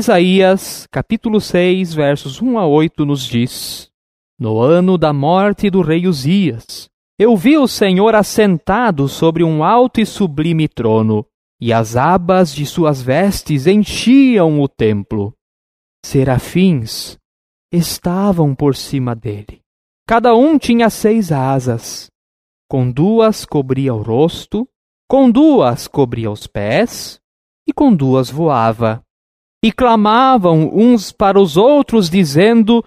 Isaías, capítulo 6, versos 1 a 8, nos diz: No ano da morte do rei Uzias, eu vi o Senhor assentado sobre um alto e sublime trono, e as abas de suas vestes enchiam o templo. Serafins estavam por cima dele. Cada um tinha 6 asas. Com 2 cobria o rosto, com 2 cobria os pés, e com 2 voava. E clamavam uns para os outros, dizendo: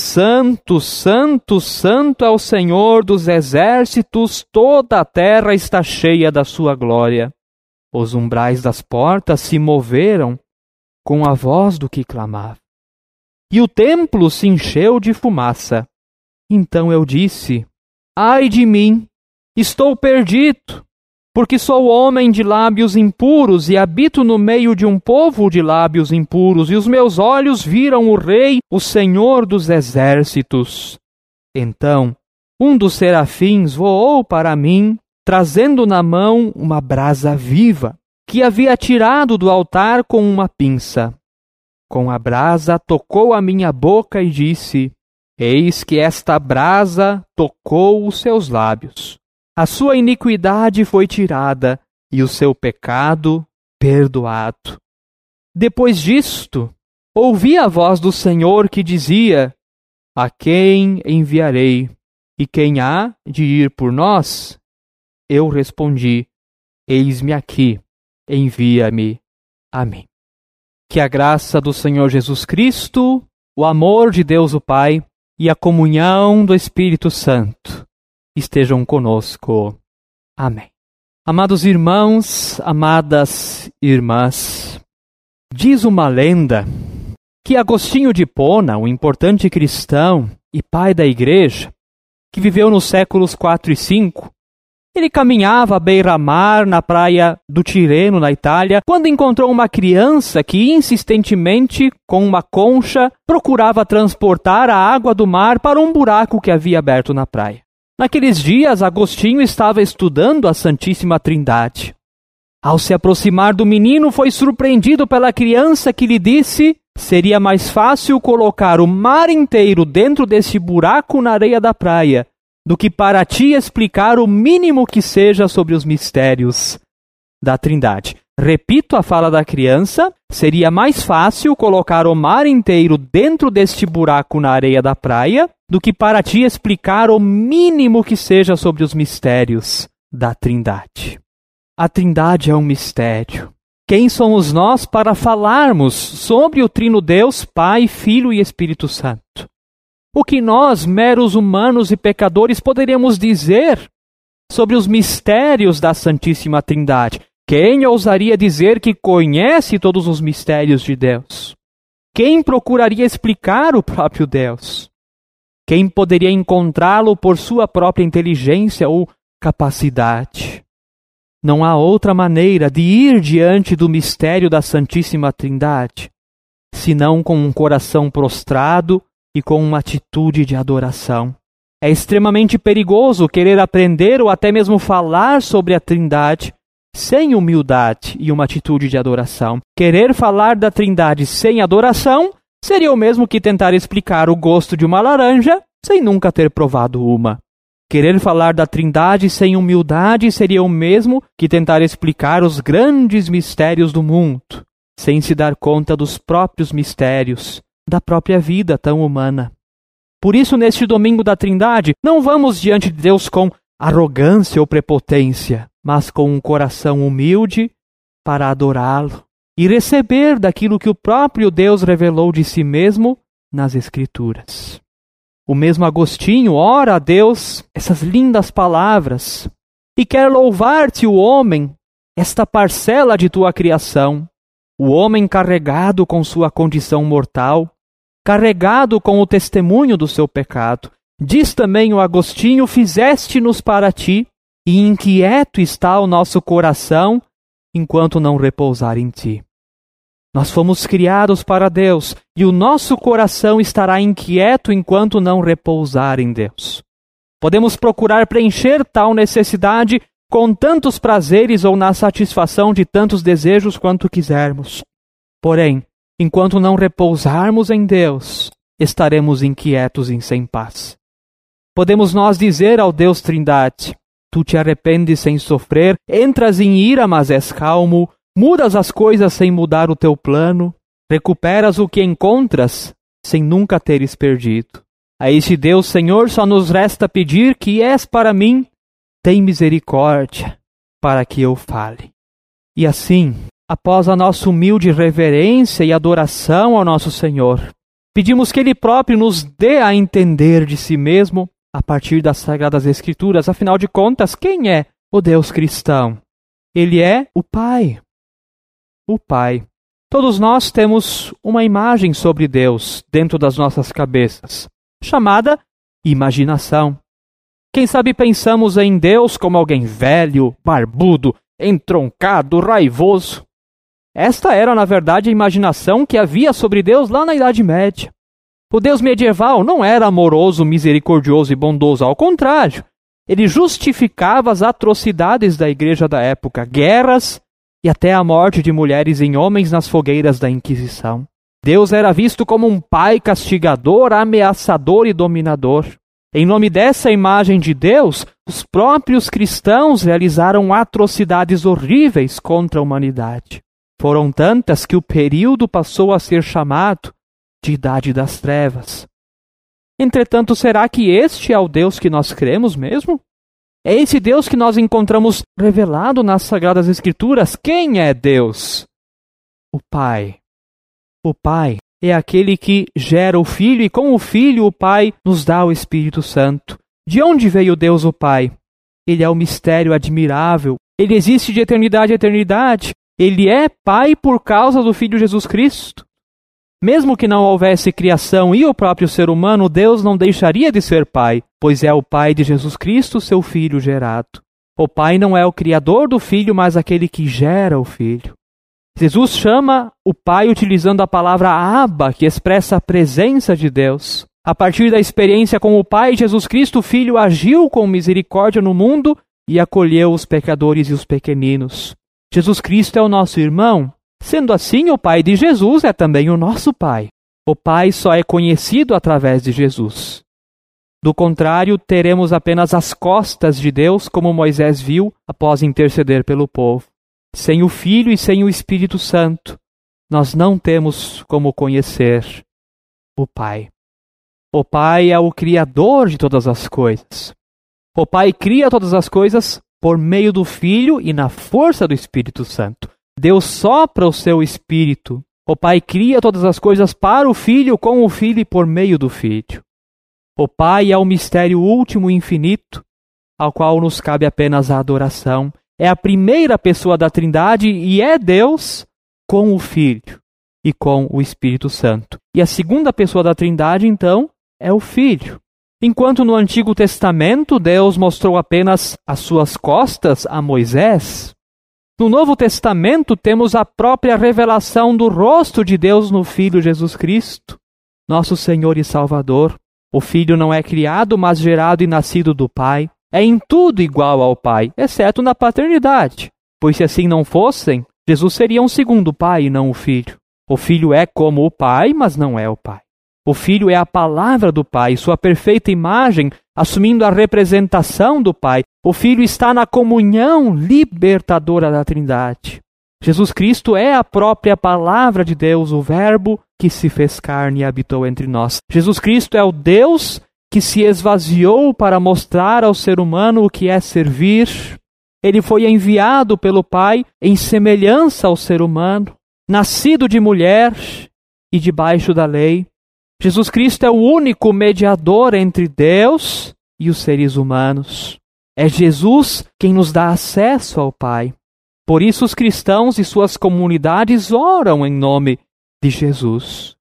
Santo, Santo, Santo é o Senhor dos exércitos, toda a terra está cheia da sua glória. Os umbrais das portas se moveram com a voz do que clamava. E o templo se encheu de fumaça. Então eu disse: Ai de mim, estou perdido, porque sou homem de lábios impuros e habito no meio de um povo de lábios impuros, e os meus olhos viram o Rei, o Senhor dos exércitos. Então um dos serafins voou para mim, trazendo na mão uma brasa viva, que havia tirado do altar com uma pinça. Com a brasa tocou a minha boca e disse: Eis que esta brasa tocou os seus lábios. A sua iniquidade foi tirada e o seu pecado perdoado. Depois disto, ouvi a voz do Senhor que dizia: A quem enviarei? E quem há de ir por nós? Eu respondi: Eis-me aqui, envia-me a mim. Que a graça do Senhor Jesus Cristo, o amor de Deus o Pai e a comunhão do Espírito Santo estejam conosco. Amém. Amados irmãos, amadas irmãs, diz uma lenda que Agostinho de Hipona, um importante cristão e pai da Igreja, que viveu nos séculos 4 e 5, ele caminhava à beira-mar na praia do Tirreno, na Itália, quando encontrou uma criança que insistentemente, com uma concha, procurava transportar a água do mar para um buraco que havia aberto na praia. Naqueles dias, Agostinho estava estudando a Santíssima Trindade. Ao se aproximar do menino, foi surpreendido pela criança que lhe disse: seria mais fácil colocar o mar inteiro dentro desse buraco na areia da praia do que para ti explicar o mínimo que seja sobre os mistérios da Trindade. Repito a fala da criança: seria mais fácil colocar o mar inteiro dentro deste buraco na areia da praia do que para ti explicar o mínimo que seja sobre os mistérios da Trindade. A Trindade é um mistério. Quem somos nós para falarmos sobre o Trino Deus, Pai, Filho e Espírito Santo? O que nós, meros humanos e pecadores, poderíamos dizer sobre os mistérios da Santíssima Trindade? Quem ousaria dizer que conhece todos os mistérios de Deus? Quem procuraria explicar o próprio Deus? Quem poderia encontrá-lo por sua própria inteligência ou capacidade? Não há outra maneira de ir diante do mistério da Santíssima Trindade, senão com um coração prostrado e com uma atitude de adoração. É extremamente perigoso querer aprender ou até mesmo falar sobre a Trindade sem humildade e uma atitude de adoração. Querer falar da Trindade sem adoração seria o mesmo que tentar explicar o gosto de uma laranja sem nunca ter provado uma. Querer falar da Trindade sem humildade seria o mesmo que tentar explicar os grandes mistérios do mundo sem se dar conta dos próprios mistérios da própria vida tão humana. Por isso, neste domingo da Trindade, não vamos diante de Deus com arrogância ou prepotência, mas com um coração humilde para adorá-lo e receber daquilo que o próprio Deus revelou de si mesmo nas Escrituras. O mesmo Agostinho ora a Deus essas lindas palavras e quer louvar-te, o homem, esta parcela de tua criação, o homem carregado com sua condição mortal, carregado com o testemunho do seu pecado. Diz também o Agostinho: fizeste-nos para ti, e inquieto está o nosso coração enquanto não repousar em ti. Nós fomos criados para Deus, e o nosso coração estará inquieto enquanto não repousar em Deus. Podemos procurar preencher tal necessidade com tantos prazeres ou na satisfação de tantos desejos quanto quisermos. Porém, Enquanto não repousarmos em Deus, estaremos inquietos e sem paz. Podemos nós dizer ao Deus Trindade: Tu te arrependes sem sofrer, entras em ira, mas és calmo, mudas as coisas sem mudar o teu plano, recuperas o que encontras sem nunca teres perdido. A este Deus, Senhor, só nos resta pedir que és para mim, tem misericórdia, para que eu fale. E assim, após a nossa humilde reverência e adoração ao nosso Senhor, pedimos que Ele próprio nos dê a entender de si mesmo a partir das Sagradas Escrituras. Afinal de contas, quem é o Deus cristão? Ele é o Pai. O Pai. Todos nós temos uma imagem sobre Deus dentro das nossas cabeças, chamada imaginação. Quem sabe pensamos em Deus como alguém velho, barbudo, entroncado, raivoso. Esta era, na verdade, a imaginação que havia sobre Deus lá na Idade Média. O Deus medieval não era amoroso, misericordioso e bondoso, ao contrário. Ele justificava as atrocidades da igreja da época, guerras e até a morte de mulheres e homens nas fogueiras da Inquisição. Deus era visto como um pai castigador, ameaçador e dominador. Em nome dessa imagem de Deus, os próprios cristãos realizaram atrocidades horríveis contra a humanidade. Foram tantas que o período passou a ser chamado de Idade das Trevas. Entretanto, será que este é o Deus que nós cremos mesmo? É esse Deus que nós encontramos revelado nas Sagradas Escrituras? Quem é Deus? O Pai. O Pai é aquele que gera o Filho e com o Filho o Pai nos dá o Espírito Santo. De onde veio Deus o Pai? Ele é um mistério admirável. Ele existe de eternidade a eternidade. Ele é Pai por causa do Filho Jesus Cristo. Mesmo que não houvesse criação e o próprio ser humano, Deus não deixaria de ser Pai, pois é o Pai de Jesus Cristo, seu Filho gerado. O Pai não é o Criador do Filho, mas aquele que gera o Filho. Jesus chama o Pai utilizando a palavra Abba, que expressa a presença de Deus. A partir da experiência com o Pai, Jesus Cristo, o Filho, agiu com misericórdia no mundo e acolheu os pecadores e os pequeninos. Jesus Cristo é o nosso irmão. Sendo assim, o Pai de Jesus é também o nosso Pai. O Pai só é conhecido através de Jesus. Do contrário, teremos apenas as costas de Deus, como Moisés viu após interceder pelo povo. Sem o Filho e sem o Espírito Santo, nós não temos como conhecer o Pai. O Pai é o Criador de todas as coisas. O Pai cria todas as coisas por meio do Filho e na força do Espírito Santo. Deus sopra o seu Espírito. O Pai cria todas as coisas para o Filho, com o Filho e por meio do Filho. O Pai é o mistério último e infinito, ao qual nos cabe apenas a adoração. É a primeira pessoa da Trindade e é Deus com o Filho e com o Espírito Santo. E a segunda pessoa da Trindade, então, é o Filho. Enquanto no Antigo Testamento Deus mostrou apenas as suas costas a Moisés, no Novo Testamento temos a própria revelação do rosto de Deus no Filho Jesus Cristo, nosso Senhor e Salvador. O Filho não é criado, mas gerado e nascido do Pai. É em tudo igual ao Pai, exceto na paternidade. Pois se assim não fossem, Jesus seria um segundo Pai e não o Filho. O Filho é como o Pai, mas não é o Pai. O Filho é a palavra do Pai, sua perfeita imagem, assumindo a representação do Pai. O Filho está na comunhão libertadora da Trindade. Jesus Cristo é a própria palavra de Deus, o Verbo que se fez carne e habitou entre nós. Jesus Cristo é o Deus que se esvaziou para mostrar ao ser humano o que é servir. Ele foi enviado pelo Pai em semelhança ao ser humano, nascido de mulher e debaixo da lei. Jesus Cristo é o único mediador entre Deus e os seres humanos. É Jesus quem nos dá acesso ao Pai. Por isso os cristãos e suas comunidades oram em nome de Jesus.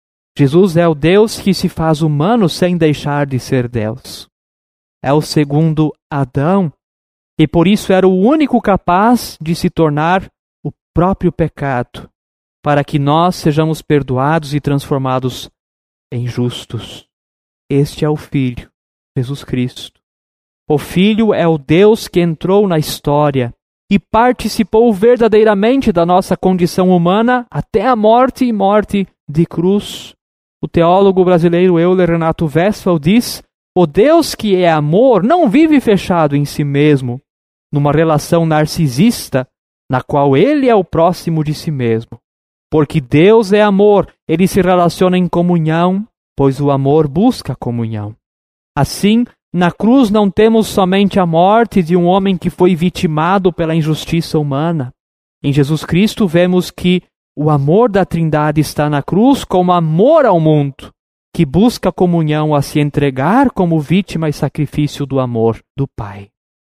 Jesus é o Deus que se faz humano sem deixar de ser Deus. É o segundo Adão e por isso era o único capaz de se tornar o próprio pecado, para que nós sejamos perdoados e transformados em justos. Este é o Filho, Jesus Cristo. O Filho é o Deus que entrou na história e participou verdadeiramente da nossa condição humana até a morte e morte de cruz. O teólogo brasileiro Euler Renato Westphal diz: o Deus que é amor não vive fechado em si mesmo, numa relação narcisista, na qual ele é o próximo de si mesmo. Porque Deus é amor, ele se relaciona em comunhão, pois o amor busca comunhão. Assim, na cruz não temos somente a morte de um homem que foi vitimado pela injustiça humana. Em Jesus Cristo vemos que o amor da Trindade está na cruz como amor ao mundo, que busca comunhão a se entregar como vítima e sacrifício do amor do Pai.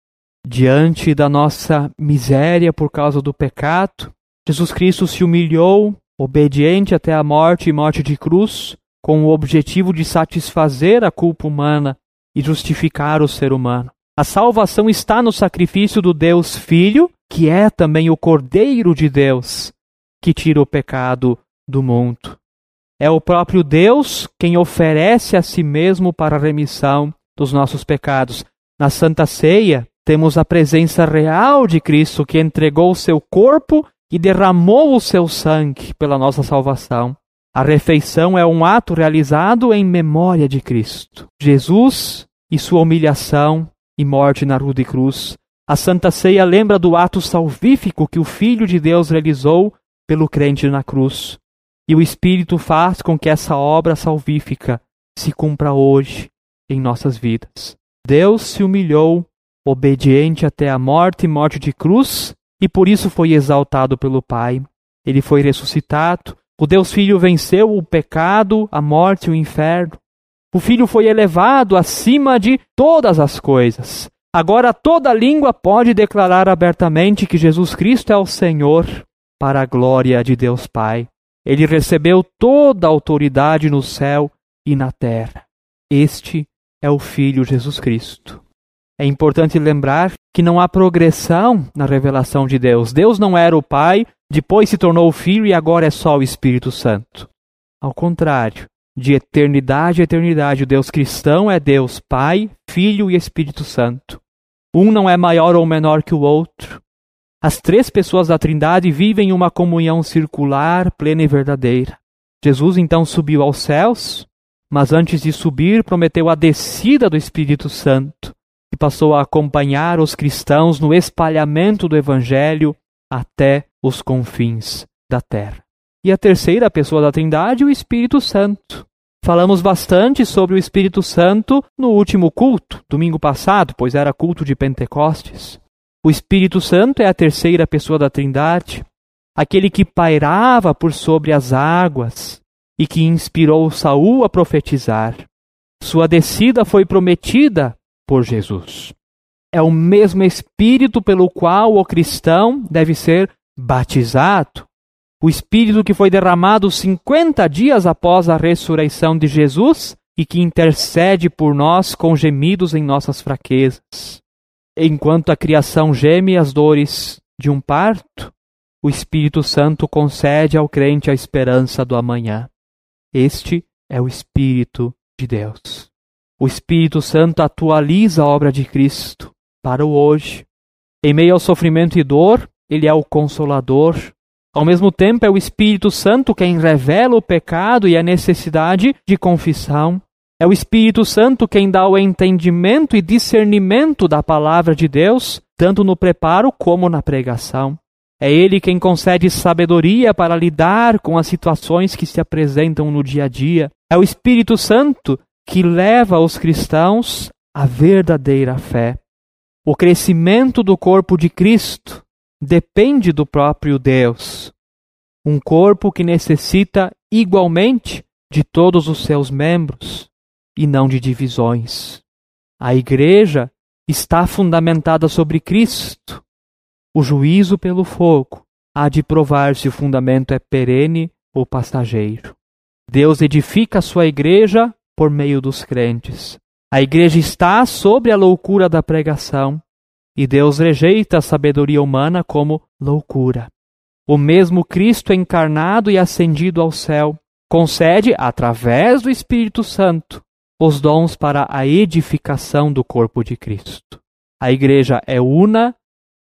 Diante da nossa miséria por causa do pecado, Jesus Cristo se humilhou, obediente até a morte e morte de cruz, com o objetivo de satisfazer a culpa humana e justificar o ser humano. A salvação está no sacrifício do Deus Filho, que é também o Cordeiro de Deus, que tira o pecado do mundo. É o próprio Deus quem oferece a si mesmo para a remissão dos nossos pecados. Na Santa Ceia, temos a presença real de Cristo, que entregou o seu corpo e derramou o seu sangue pela nossa salvação. A refeição é um ato realizado em memória de Cristo, Jesus e sua humilhação e morte na cruz de cruz. A Santa Ceia lembra do ato salvífico que o Filho de Deus realizou pelo crente na cruz. E o Espírito faz com que essa obra salvífica se cumpra hoje em nossas vidas. Deus se humilhou, obediente até a morte e morte de cruz, e por isso foi exaltado pelo Pai. Ele foi ressuscitado. O Deus Filho venceu o pecado, a morte e o inferno. O Filho foi elevado acima de todas as coisas. Agora toda língua pode declarar abertamente que Jesus Cristo é o Senhor, para a glória de Deus Pai. Ele recebeu toda a autoridade no céu e na terra. Este é o Filho Jesus Cristo. É importante lembrar que não há progressão na revelação de Deus. Deus não era o Pai, depois se tornou o Filho e agora é só o Espírito Santo. Ao contrário, de eternidade a eternidade, o Deus cristão é Deus Pai, Filho e Espírito Santo. Um não é maior ou menor que o outro. As três pessoas da Trindade vivem uma comunhão circular, plena e verdadeira. Jesus então subiu aos céus, mas antes de subir prometeu a descida do Espírito Santo, que passou a acompanhar os cristãos no espalhamento do Evangelho até os confins da terra. E a terceira pessoa da Trindade, o Espírito Santo. Falamos bastante sobre o Espírito Santo no último culto, domingo passado, pois era culto de Pentecostes. O Espírito Santo é a terceira pessoa da Trindade, aquele que pairava por sobre as águas e que inspirou Saul a profetizar. Sua descida foi prometida por Jesus. É o mesmo Espírito pelo qual o cristão deve ser batizado. O Espírito que foi derramado 50 dias após a ressurreição de Jesus e que intercede por nós com gemidos em nossas fraquezas. Enquanto a criação geme as dores de um parto, o Espírito Santo concede ao crente a esperança do amanhã. Este é o Espírito de Deus. O Espírito Santo atualiza a obra de Cristo para o hoje. Em meio ao sofrimento e dor, ele é o Consolador. Ao mesmo tempo, é o Espírito Santo quem revela o pecado e a necessidade de confissão. É o Espírito Santo quem dá o entendimento e discernimento da palavra de Deus, tanto no preparo como na pregação. É Ele quem concede sabedoria para lidar com as situações que se apresentam no dia a dia. É o Espírito Santo que leva os cristãos à verdadeira fé. O crescimento do corpo de Cristo depende do próprio Deus. Um corpo que necessita igualmente de todos os seus membros e não de divisões. A igreja está fundamentada sobre Cristo. O juízo pelo fogo há de provar se o fundamento é perene ou passageiro. Deus edifica a sua igreja por meio dos crentes. A igreja está sobre a loucura da pregação e Deus rejeita a sabedoria humana como loucura. O mesmo Cristo encarnado e ascendido ao céu concede, através do Espírito Santo, os dons para a edificação do corpo de Cristo. A igreja é una,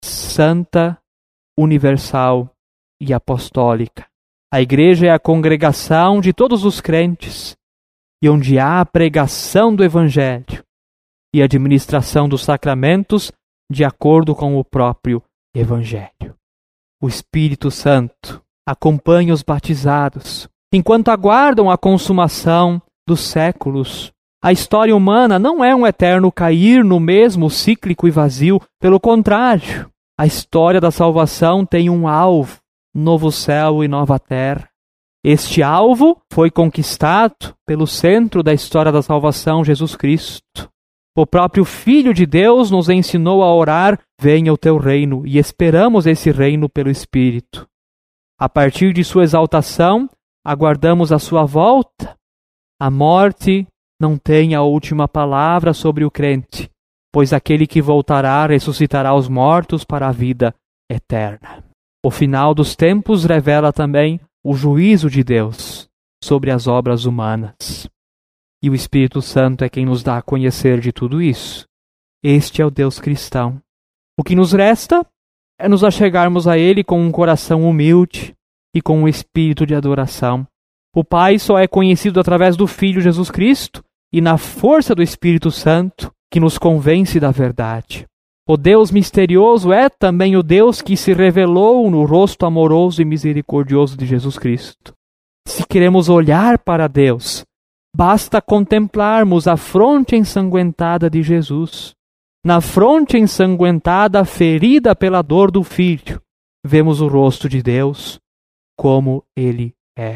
santa, universal e apostólica. A igreja é a congregação de todos os crentes, e onde há a pregação do Evangelho e a administração dos sacramentos de acordo com o próprio Evangelho. O Espírito Santo acompanha os batizados, enquanto aguardam a consumação dos séculos. A história humana não é um eterno cair no mesmo cíclico e vazio. Pelo contrário, a história da salvação tem um alvo, novo céu e nova terra. Este alvo foi conquistado pelo centro da história da salvação, Jesus Cristo. O próprio Filho de Deus nos ensinou a orar: venha o teu reino, e esperamos esse reino pelo Espírito. A partir de sua exaltação, aguardamos a sua volta. A morte não tem a última palavra sobre o crente, pois aquele que voltará ressuscitará os mortos para a vida eterna. O final dos tempos revela também o juízo de Deus sobre as obras humanas. E o Espírito Santo é quem nos dá a conhecer de tudo isso. Este é o Deus cristão. O que nos resta é nos achegarmos a Ele com um coração humilde e com um espírito de adoração. O Pai só é conhecido através do Filho Jesus Cristo e na força do Espírito Santo, que nos convence da verdade. O Deus misterioso é também o Deus que se revelou no rosto amoroso e misericordioso de Jesus Cristo. Se queremos olhar para Deus, basta contemplarmos a fronte ensanguentada de Jesus. Na fronte ensanguentada, ferida pela dor do Filho, vemos o rosto de Deus como Ele é.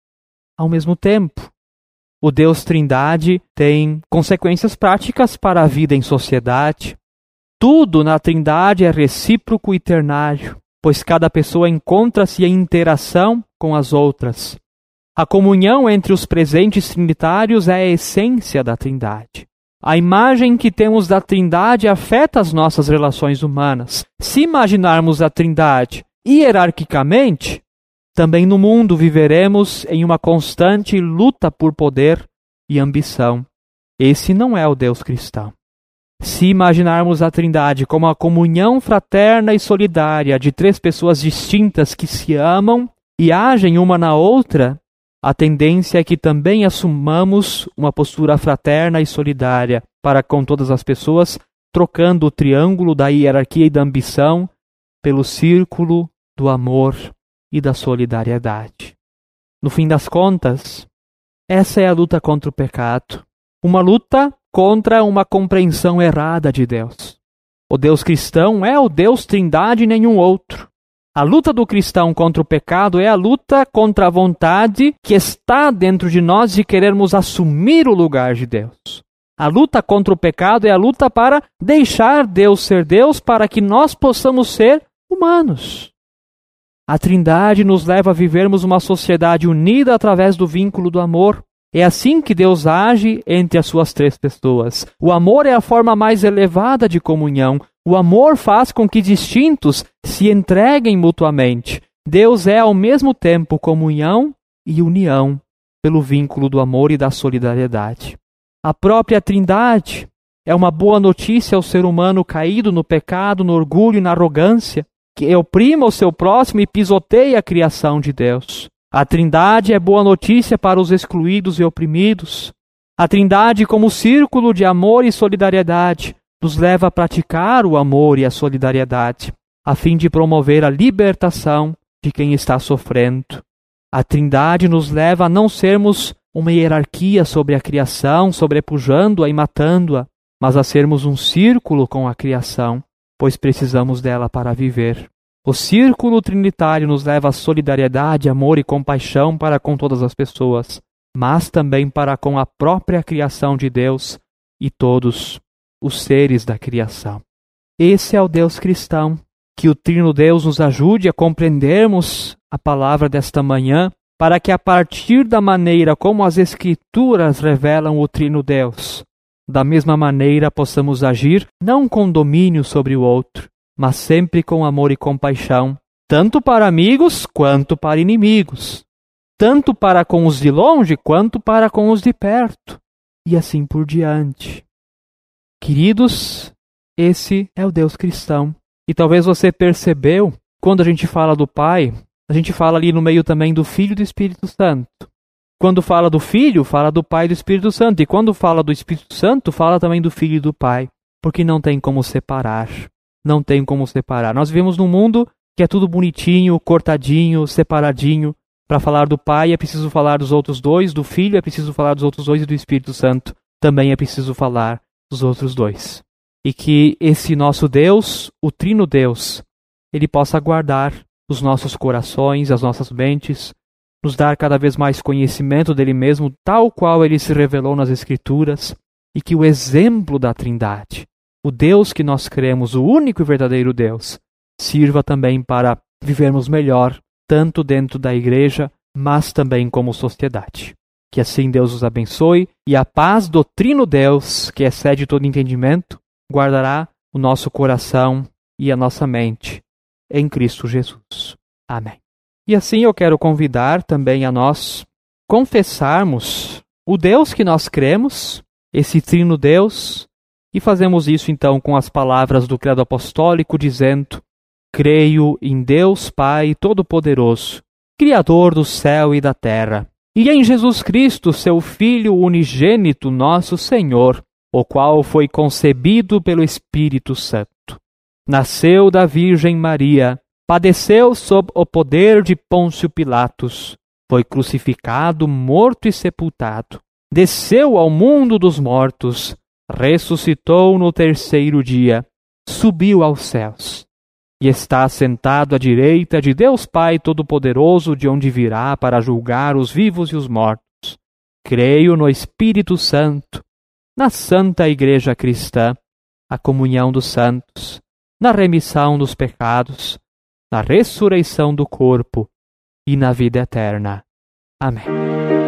Ao mesmo tempo, o Deus Trindade tem consequências práticas para a vida em sociedade. Tudo na Trindade é recíproco e ternário, pois cada pessoa encontra-se em interação com as outras. A comunhão entre os presentes trinitários é a essência da Trindade. A imagem que temos da Trindade afeta as nossas relações humanas. Se imaginarmos a Trindade hierarquicamente, também no mundo viveremos em uma constante luta por poder e ambição. Esse não é o Deus cristão. Se imaginarmos a Trindade como a comunhão fraterna e solidária de três pessoas distintas que se amam e agem uma na outra, a tendência é que também assumamos uma postura fraterna e solidária para com todas as pessoas, trocando o triângulo da hierarquia e da ambição pelo círculo do amor e da solidariedade. No fim das contas, essa é a luta contra o pecado. Uma luta contra uma compreensão errada de Deus. O Deus cristão é o Deus Trindade e nenhum outro. A luta do cristão contra o pecado é a luta contra a vontade que está dentro de nós de querermos assumir o lugar de Deus. A luta contra o pecado é a luta para deixar Deus ser Deus para que nós possamos ser humanos. A Trindade nos leva a vivermos uma sociedade unida através do vínculo do amor. É assim que Deus age entre as suas três pessoas. O amor é a forma mais elevada de comunhão. O amor faz com que distintos se entreguem mutuamente. Deus é ao mesmo tempo comunhão e união pelo vínculo do amor e da solidariedade. A própria Trindade é uma boa notícia ao ser humano caído no pecado, no orgulho e na arrogância, que oprima o seu próximo e pisoteia a criação de Deus. A Trindade é boa notícia para os excluídos e oprimidos. A Trindade, como círculo de amor e solidariedade, nos leva a praticar o amor e a solidariedade, a fim de promover a libertação de quem está sofrendo. A Trindade nos leva a não sermos uma hierarquia sobre a criação, sobrepujando-a e matando-a, mas a sermos um círculo com a criação, pois precisamos dela para viver. O círculo trinitário nos leva a solidariedade, amor e compaixão para com todas as pessoas, mas também para com a própria criação de Deus e todos os seres da criação. Esse é o Deus cristão. Que o Trino Deus nos ajude a compreendermos a palavra desta manhã, para que a partir da maneira como as Escrituras revelam o Trino Deus, da mesma maneira possamos agir não com domínio sobre o outro, mas sempre com amor e compaixão, tanto para amigos quanto para inimigos, tanto para com os de longe quanto para com os de perto, e assim por diante. Queridos, esse é o Deus cristão. E talvez você percebeu, quando a gente fala do Pai, a gente fala ali no meio também do Filho e do Espírito Santo. Quando fala do Filho, fala do Pai e do Espírito Santo. E quando fala do Espírito Santo, fala também do Filho e do Pai. Porque não tem como separar. Não tem como separar. Nós vivemos num mundo que é tudo bonitinho, cortadinho, separadinho. Para falar do Pai é preciso falar dos outros dois, do Filho é preciso falar dos outros dois e do Espírito Santo também é preciso falar dos outros dois. E que esse nosso Deus, o Trino Deus, Ele possa guardar os nossos corações, as nossas mentes, nos dar cada vez mais conhecimento dele mesmo, tal qual ele se revelou nas Escrituras, e que o exemplo da Trindade, o Deus que nós cremos, o único e verdadeiro Deus, sirva também para vivermos melhor, tanto dentro da igreja, mas também como sociedade. Que assim Deus os abençoe, e a paz do Trino Deus, que excede todo entendimento, guardará o nosso coração e a nossa mente em Cristo Jesus. Amém. E assim eu quero convidar também a nós confessarmos o Deus que nós cremos, esse Trino Deus, e fazemos isso então com as palavras do Credo Apostólico, dizendo: creio em Deus Pai Todo-Poderoso, Criador do céu e da terra, e em Jesus Cristo, seu Filho unigênito, nosso Senhor, o qual foi concebido pelo Espírito Santo. Nasceu da Virgem Maria, padeceu sob o poder de Pôncio Pilatos, foi crucificado, morto e sepultado, desceu ao mundo dos mortos, ressuscitou no terceiro dia, subiu aos céus, e está sentado à direita de Deus Pai Todo-Poderoso, de onde virá para julgar os vivos e os mortos. Creio no Espírito Santo, na Santa Igreja Cristã, a comunhão dos santos, na remissão dos pecados, na ressurreição do corpo e na vida eterna. Amém.